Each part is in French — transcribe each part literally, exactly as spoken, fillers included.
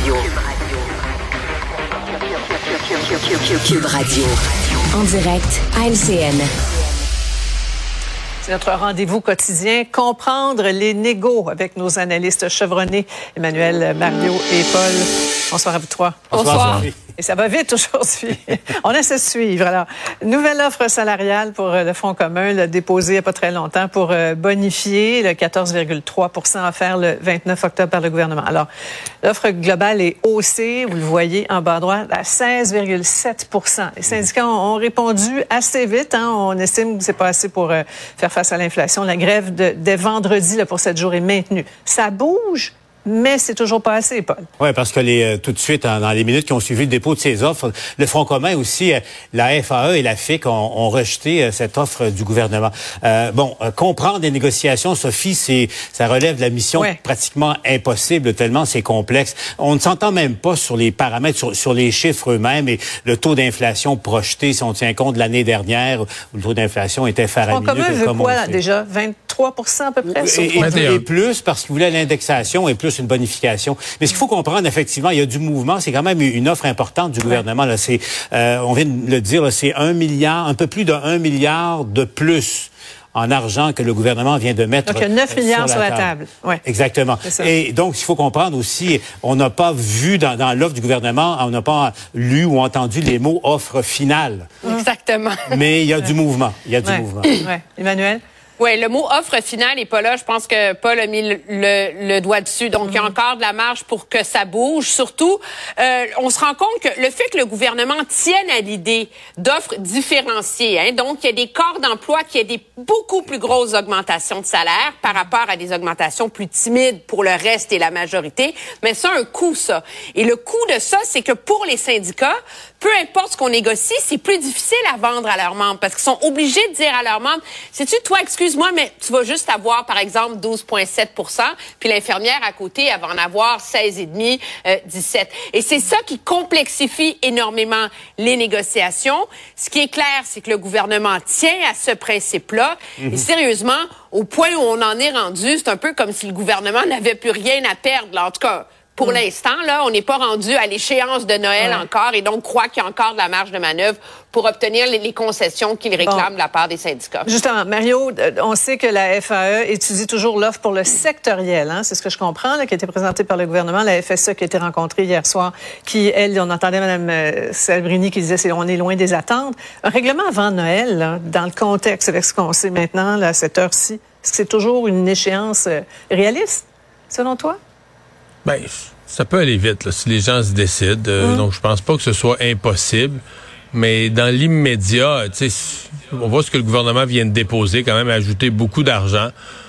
Radio. Cube Radio. En direct à L C N. C'est notre rendez-vous quotidien, comprendre les négos avec nos analystes chevronnés, Emmanuel, Mario et Paul. Bonsoir à vous trois. Bonsoir. Bonsoir. Et ça va vite aujourd'hui. On essaie de suivre. Alors, nouvelle offre salariale pour le Front commun, là, déposée il n'y a pas très longtemps pour euh, bonifier le quatorze virgule trois pour cent offert le vingt-neuf octobre par le gouvernement. Alors, l'offre globale est haussée, vous le voyez en bas à droite, à seize virgule sept pour cent. Les syndicats ont, ont répondu assez vite. Hein. On estime que c'est pas assez pour euh, faire face à l'inflation. La grève de, dès vendredi là, pour cette journée est maintenue. Ça bouge, mais c'est toujours pas assez, Paul. Oui, parce que les, euh, tout de suite, hein, dans les minutes qui ont suivi le dépôt de ces offres, le Front commun aussi, euh, la F A E et la F I C ont, ont rejeté euh, cette offre du gouvernement. Euh, bon, euh, comprendre les négociations, Sophie, c'est, ça relève de la mission ouais. pratiquement impossible, tellement c'est complexe. On ne s'entend même pas sur les paramètres, sur, sur les chiffres eux-mêmes et le taux d'inflation projeté, si on tient compte de l'année dernière, où le taux d'inflation était faramineux. Le Front commun veut quoi, déjà? vingt-trois pour cent à peu près? Et, et, et plus, parce qu'il voulait l'indexation et plus une bonification. Mais ce qu'il faut comprendre, effectivement, il y a du mouvement. C'est quand même une offre importante du gouvernement. Là, c'est, euh, on vient de le dire, là, c'est un milliard, un peu plus de un milliard de plus en argent que le gouvernement vient de mettre. Donc, il y a neuf milliards sur la, sur la table. table. Ouais. Exactement. Et donc, il faut comprendre aussi, on n'a pas vu dans, dans l'offre du gouvernement, on n'a pas lu ou entendu les mots offre finale. Exactement. Mais il y a du mouvement. Il y a du ouais. mouvement. Ouais. Emmanuel? Oui, le mot offre finale n'est pas là. Je pense que Paul a mis le, le, le doigt dessus. Donc, mm-hmm. il y a encore de la marge pour que ça bouge. Surtout, euh, on se rend compte que le fait que le gouvernement tienne à l'idée d'offres différenciées, hein, donc il y a des corps d'emploi qui a des beaucoup plus grosses augmentations de salaire par rapport à des augmentations plus timides pour le reste et la majorité, mais ça a un coût, ça. Et le coût de ça, c'est que pour les syndicats, peu importe ce qu'on négocie, c'est plus difficile à vendre à leurs membres parce qu'ils sont obligés de dire à leurs membres, sais-tu, toi, excuse-moi, mais tu vas juste avoir, par exemple, douze virgule sept pour cent, puis l'infirmière à côté, elle va en avoir seize virgule cinq, euh, dix-sept. Et c'est ça qui complexifie énormément les négociations. Ce qui est clair, c'est que le gouvernement tient à ce principe-là. Mm-hmm. Et sérieusement, au point où on en est rendu, c'est un peu comme si le gouvernement n'avait plus rien à perdre, là. En tout cas, pour mmh. l'instant, là, on n'est pas rendu à l'échéance de Noël ouais. encore et donc croit qu'il y a encore de la marge de manœuvre pour obtenir les, les concessions qu'il réclame bon. de la part des syndicats. Justement, Mario, on sait que la F A E étudie toujours l'offre pour le sectoriel, hein, c'est ce que je comprends, là, qui a été présenté par le gouvernement, la F S E qui a été rencontrée hier soir, qui, elle, on entendait Mme Salbrini qui disait c'est on est loin des attentes. Un règlement avant Noël, là, dans le contexte avec ce qu'on sait maintenant, là, à cette heure-ci, est-ce que c'est toujours une échéance euh, réaliste, selon toi? Ben, ça peut aller vite là, si les gens se décident. Euh, mmh. Donc, je pense pas que ce soit impossible. Mais dans l'immédiat, tu sais, on voit ce que le gouvernement vient de déposer, quand même, ajouter beaucoup d'argent.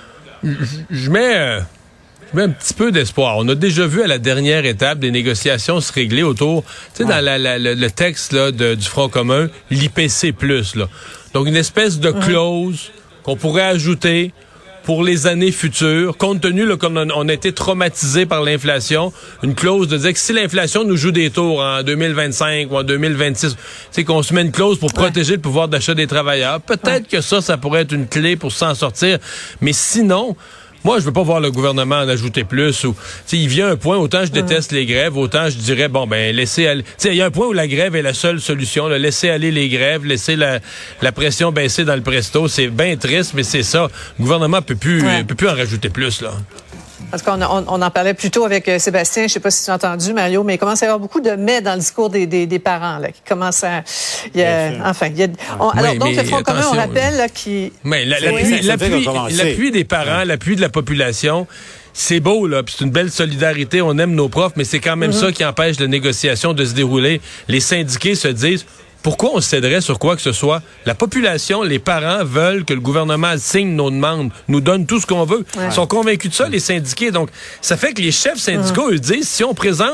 Je mets, euh, je mets un petit peu d'espoir. On a déjà vu à la dernière étape des négociations se régler autour, tu sais, ouais. dans la, la, le, le texte là, de, du Front commun, l'I P C plus, là. Donc, une espèce de clause mmh. qu'on pourrait ajouter pour les années futures, compte tenu là, comme on, on a été traumatisé par l'inflation, une clause de dire que si l'inflation nous joue des tours en deux mille vingt-cinq ou en deux mille vingt-six, c'est qu'on se met une clause pour protéger ouais. le pouvoir d'achat des travailleurs. Peut-être ouais. que ça, ça pourrait être une clé pour s'en sortir. Mais sinon, moi, je veux pas voir le gouvernement en ajouter plus. Ou, il vient un point, autant je déteste mmh. les grèves, autant je dirais, bon, ben, laissez aller. Il y a un point où la grève est la seule solution. Là, laissez aller les grèves, laissez la, la pression baisser dans le presto. C'est bien triste, mais c'est ça. Le gouvernement peut plus, ouais. peut plus en rajouter plus, là. Parce qu'on on, on en parlait plus tôt avec euh, Sébastien, je sais pas si tu as entendu, Mario, mais il commence à y avoir beaucoup de mais dans le discours des, des, des parents, là, qui commencent à... Il y a, enfin, il y a... On, oui, alors, donc, le Front commun, on rappelle, là, qui... Mais la, l'appui, l'appui, l'appui des parents, ouais. l'appui de la population... C'est beau, là, puis c'est une belle solidarité, on aime nos profs, mais c'est quand même mm-hmm. ça qui empêche la négociation de se dérouler. Les syndiqués se disent, pourquoi on céderait sur quoi que ce soit? La population, les parents veulent que le gouvernement signe nos demandes, nous donne tout ce qu'on veut. Ouais. Ils sont convaincus de ça, les syndiqués. Donc, ça fait que les chefs syndicaux, mm-hmm. eux, disent, si on présente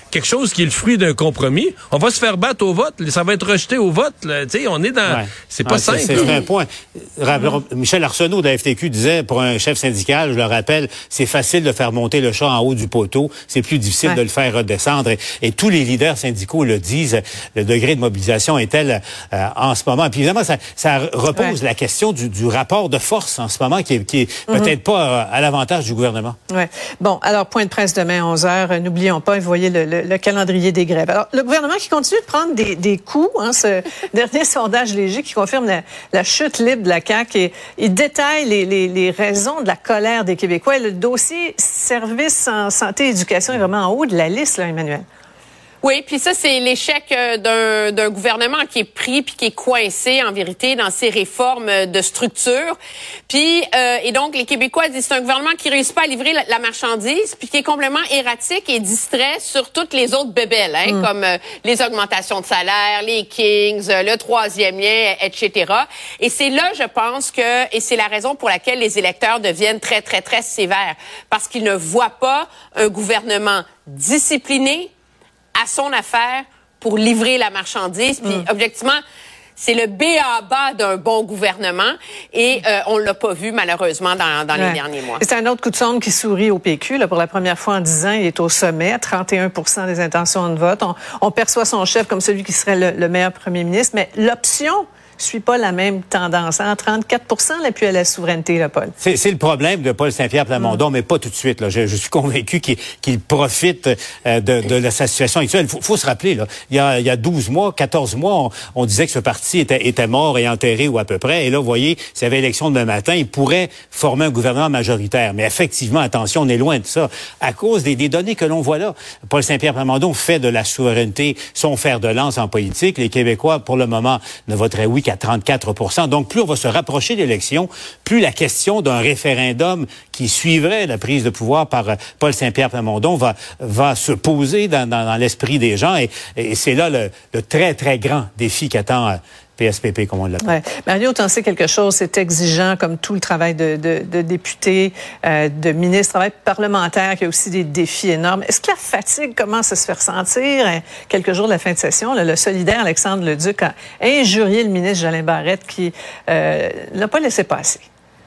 quelque chose qui est le fruit d'un compromis, on va se faire battre au vote, ça va être rejeté au vote. Tu sais, on est dans... Ouais. C'est pas ouais, simple. C'est, c'est un point. Mm-hmm. Michel Arsenault de la F T Q disait, pour un chef syndical, je le rappelle, c'est facile de faire monter le chat en haut du poteau, c'est plus difficile ouais. de le faire redescendre. Et, et tous les leaders syndicaux le disent, le degré de mobilisation est tel euh, en ce moment. Puis évidemment, ça, ça repose ouais. la question du, du rapport de force en ce moment qui est, qui est mm-hmm. peut-être pas à l'avantage du gouvernement. Ouais. Bon, alors, point de presse demain à onze heures. N'oublions pas, vous voyez le, le, le calendrier des grèves. Alors, le gouvernement qui continue de prendre des, des coups, hein, ce dernier sondage léger qui confirme la, la chute libre de la C A Q et il détaille les, les, les raisons de la colère des Québécois. Et le dossier services en santé et éducation est vraiment en haut de la liste, là, Emmanuel. Oui, puis ça, c'est l'échec d'un, d'un gouvernement qui est pris puis qui est coincé, en vérité, dans ses réformes de structure. Puis, euh, et donc, les Québécois disent c'est un gouvernement qui réussit pas à livrer la, la marchandise puis qui est complètement erratique et distrait sur toutes les autres bébelles, hein, mm. comme euh, les augmentations de salaire, les Kings, euh, le troisième lien, et cetera. Et c'est là, je pense que, et c'est la raison pour laquelle les électeurs deviennent très, très, très sévères, parce qu'ils ne voient pas un gouvernement discipliné, à son affaire pour livrer la marchandise. Puis, mm. objectivement, c'est le B A bas d'un bon gouvernement et euh, on l'a pas vu, malheureusement, dans, dans ouais. les derniers mois. C'est un autre coup de sonde qui sourit au P Q. Là, pour la première fois en dix ans, il est au sommet, à trente et un pour cent des intentions de vote. On, on perçoit son chef comme celui qui serait le, le meilleur premier ministre, mais l'option suit pas la même tendance. En trente-quatre pour cent l'appui à la souveraineté, là, Paul. C'est, c'est le problème de Paul Saint-Pierre Plamondon, mm. mais pas tout de suite. Là. Je, je suis convaincu qu'il, qu'il profite euh, de, de, de sa situation actuelle. Il faut, faut se rappeler, là, il y a, il y a douze mois, quatorze mois, on, on disait que ce parti était, était mort et enterré ou à peu près. Et là, vous voyez, s'il y avait élection demain matin, il pourrait former un gouvernement majoritaire. Mais effectivement, attention, on est loin de ça. À cause des, des données que l'on voit là, Paul Saint-Pierre Plamondon fait de la souveraineté son fer de lance en politique. Les Québécois, pour le moment, ne voteraient oui qu'à trente-quatre pour cent. Donc, plus on va se rapprocher de l'élection, plus la question d'un référendum qui suivrait la prise de pouvoir par Paul Saint-Pierre Plamondon va, va se poser dans, dans, dans l'esprit des gens. Et, et c'est là le, le très, très grand défi qu'attend P S P P, comme on l'appelle. Ouais. Mario, t'en sais quelque chose, c'est exigeant comme tout le travail de, de, de député, euh, de ministre, travail parlementaire, qui a aussi des défis énormes. Est-ce que la fatigue commence à se faire sentir? Hein, quelques jours de la fin de session, là, le solidaire Alexandre Leduc a injurié le ministre Jolin Barrette qui euh, l'a pas laissé passer.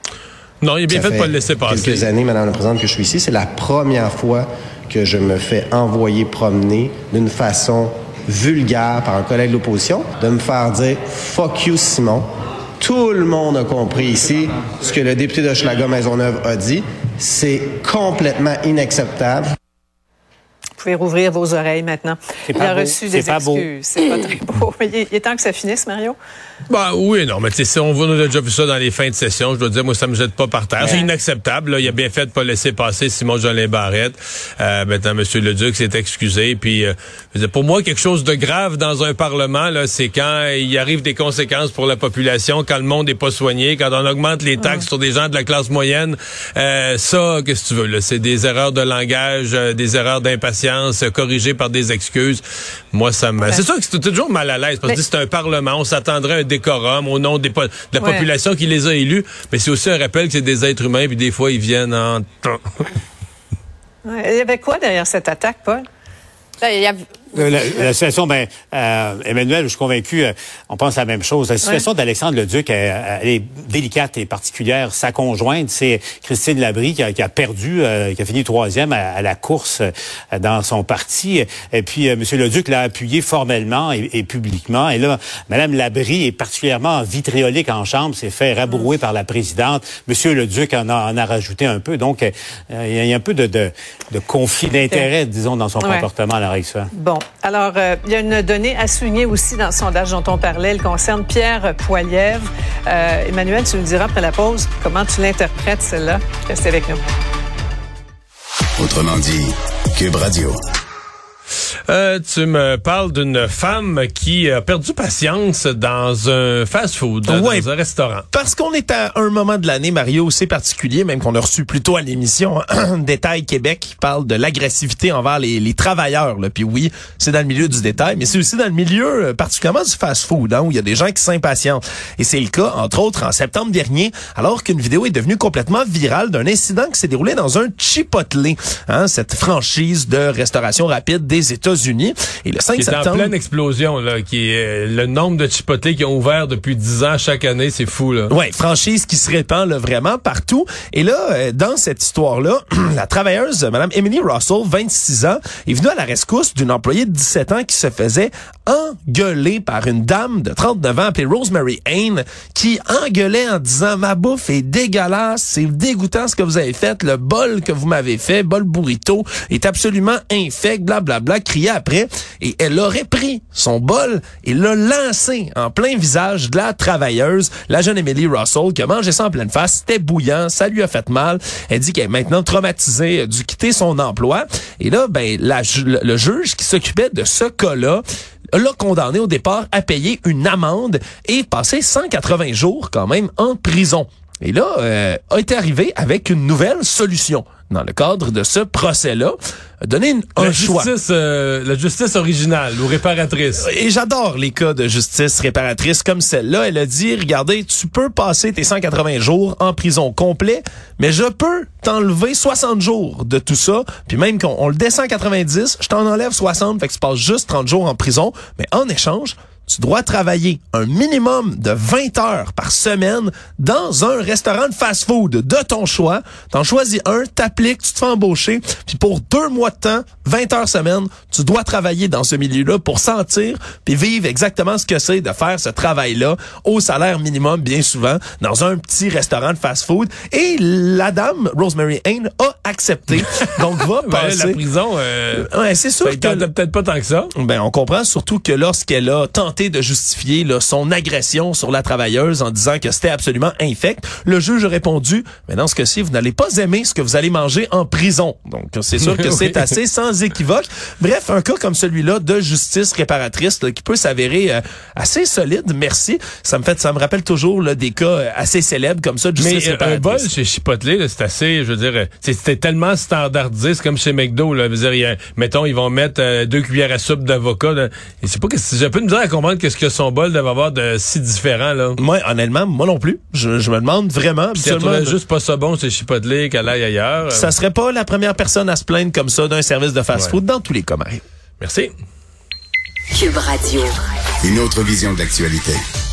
Non, il est bien fait de pas le laisser passer. Quelques années, Madame la Présidente, que je suis ici, c'est la première fois que je me fais envoyer promener d'une façon vulgaire par un collègue de l'opposition, de me faire dire « fuck you, Simon ». Tout le monde a compris ici ce que le député de Hochelaga-Maisonneuve a dit. C'est complètement inacceptable. Vous pouvez rouvrir vos oreilles maintenant. C'est il a beau. reçu des c'est excuses. C'est pas très beau. Il est temps que ça finisse, Mario? Bah oui, non, mais tu sais, on a déjà vu ça dans les fins de session. Je dois dire, moi, ça me jette pas par terre. Ouais. C'est inacceptable. Là. Il a bien fait de pas laisser passer Simon Jolin Barrette. Euh, maintenant, M. Leduc s'est excusé. Puis, euh, pour moi, quelque chose de grave dans un Parlement, là, c'est quand il arrive des conséquences pour la population, quand le monde est pas soigné, quand on augmente les taxes ouais. sur des gens de la classe moyenne. Euh, ça, qu'est-ce que tu veux, là? C'est des erreurs de langage, euh, des erreurs d'impatience corrigées par des excuses. Moi, ça me... Ouais. C'est sûr que c'est toujours mal à l'aise, parce que mais... c'est un Parlement, on s'attendrait à un décorum au nom des po... de la ouais. population qui les a élus, mais c'est aussi un rappel que c'est des êtres humains, puis des fois, ils viennent en... ouais. Il y avait quoi derrière cette attaque, Paul? Là, il y a... La, la situation, ben, euh, Emmanuel, je suis convaincu, euh, on pense à la même chose. La situation ouais. d'Alexandre Leduc, elle, elle est délicate et particulière. Sa conjointe, c'est Christine Labrie qui a, qui a perdu, euh, qui a fini troisième à, à la course euh, dans son parti. Et puis, euh, M. Leduc l'a appuyé formellement et, et publiquement. Et là, Mme Labrie est particulièrement vitriolique en chambre, s'est fait rabrouer mmh. par la présidente. M. Leduc en a, en a rajouté un peu. Donc, euh, il y a un peu de, de, de conflit d'intérêt, disons, dans son ouais. comportement à la règle. Bon. Alors, euh, il y a une donnée à souligner aussi dans le sondage dont on parlait. Elle concerne Pierre Poilievre. Euh, Emmanuel, tu nous diras après la pause comment tu l'interprètes, celle-là. Restez avec nous. Autrement dit, Cube Radio. Euh, tu me parles d'une femme qui a perdu patience dans un fast-food, ouais, dans un restaurant. Parce qu'on est à un moment de l'année, Mario, c'est particulier, même qu'on a reçu plus tôt à l'émission Détail Québec qui parle de l'agressivité envers les, les travailleurs. Là. Puis oui, c'est dans le milieu du détail, mais c'est aussi dans le milieu particulièrement du fast-food, hein, où il y a des gens qui s'impatientent. Et c'est le cas, entre autres, en septembre dernier, alors qu'une vidéo est devenue complètement virale d'un incident qui s'est déroulé dans un Chipotle, hein, cette franchise de restauration rapide des États-Unis. États-Unis. Et le cinq qui septembre... est en pleine explosion, là, qui est le nombre de Chipotle qui ont ouvert depuis dix ans chaque année, c'est fou, là. Ouais, franchise qui se répand là, vraiment partout. Et là, dans cette histoire-là, la travailleuse, Mme Emily Russell, vingt-six ans, est venue à la rescousse d'une employée de dix-sept ans qui se faisait engueuler par une dame de trente-neuf ans appelée Rosemary Hain, qui engueulait en disant « Ma bouffe est dégueulasse, c'est dégoûtant ce que vous avez fait, le bol que vous m'avez fait, bol burrito, est absolument infect, blablabla », criait après. Et elle aurait pris son bol et l'a lancé en plein visage de la travailleuse, la jeune Emily Russell, qui a mangé ça en pleine face. C'était bouillant, ça lui a fait mal. Elle dit qu'elle est maintenant traumatisée, a dû quitter son emploi. Et là, ben, la, le juge qui s'occupait de ce cas-là l'a condamné au départ à payer une amende et passer cent quatre-vingts jours quand même en prison. Et là, euh, a été arrivé avec une nouvelle solution. Dans le cadre de ce procès-là, donner une, un la choix. Justice, euh, la justice originale ou réparatrice. Et j'adore les cas de justice réparatrice comme celle-là. Elle a dit, regardez, tu peux passer tes cent quatre-vingts jours en prison complet, mais je peux t'enlever soixante jours de tout ça. Puis même qu'on on le descend à quatre-vingt-dix, je t'en enlève soixante, fait que tu passes juste trente jours en prison. Mais en échange, tu dois travailler un minimum de vingt heures par semaine dans un restaurant de fast-food de ton choix. T'en choisis un, t'appliques, tu te fais embaucher, puis pour deux mois de temps, vingt heures semaine, tu dois travailler dans ce milieu-là pour sentir puis vivre exactement ce que c'est de faire ce travail-là au salaire minimum, bien souvent, dans un petit restaurant de fast-food. Et la dame, Rosemary Hain, a accepté. Donc, va passer... la prison, euh, ouais, c'est sûr ben, que... peut-être pas tant que ça. Ben, on comprend surtout que lorsqu'elle a tenté de justifier là, son agression sur la travailleuse en disant que c'était absolument infect, le juge a répondu, mais dans ce cas-ci, vous n'allez pas aimer ce que vous allez manger en prison. Donc, c'est sûr que c'est assez sans équivoque. Bref, un cas comme celui-là de justice réparatrice là, qui peut s'avérer euh, assez solide, merci. Ça me fait, ça me rappelle toujours là, des cas euh, assez célèbres comme ça de justice mais, réparatrice. Mais un bol chez Chipotle, là, c'est assez, je veux dire, c'était tellement standardisé, c'est comme chez McDo, là, je veux dire, y a, mettons, ils vont mettre euh, deux cuillères à soupe d'avocat, là, et c'est pas que j'ai un peu de misère à comprendre qu'est-ce que son bol devait avoir de si différent, là. Moi, honnêtement, moi non plus. Je, je me demande vraiment. Si elle trouvait juste pas ça bon chez Chipotle qu'elle aille ailleurs. Ça serait pas la première personne à se plaindre comme ça d'un service de fast-food ouais. Dans tous les cas, Marie. Merci. Cube Radio. Une autre vision de l'actualité.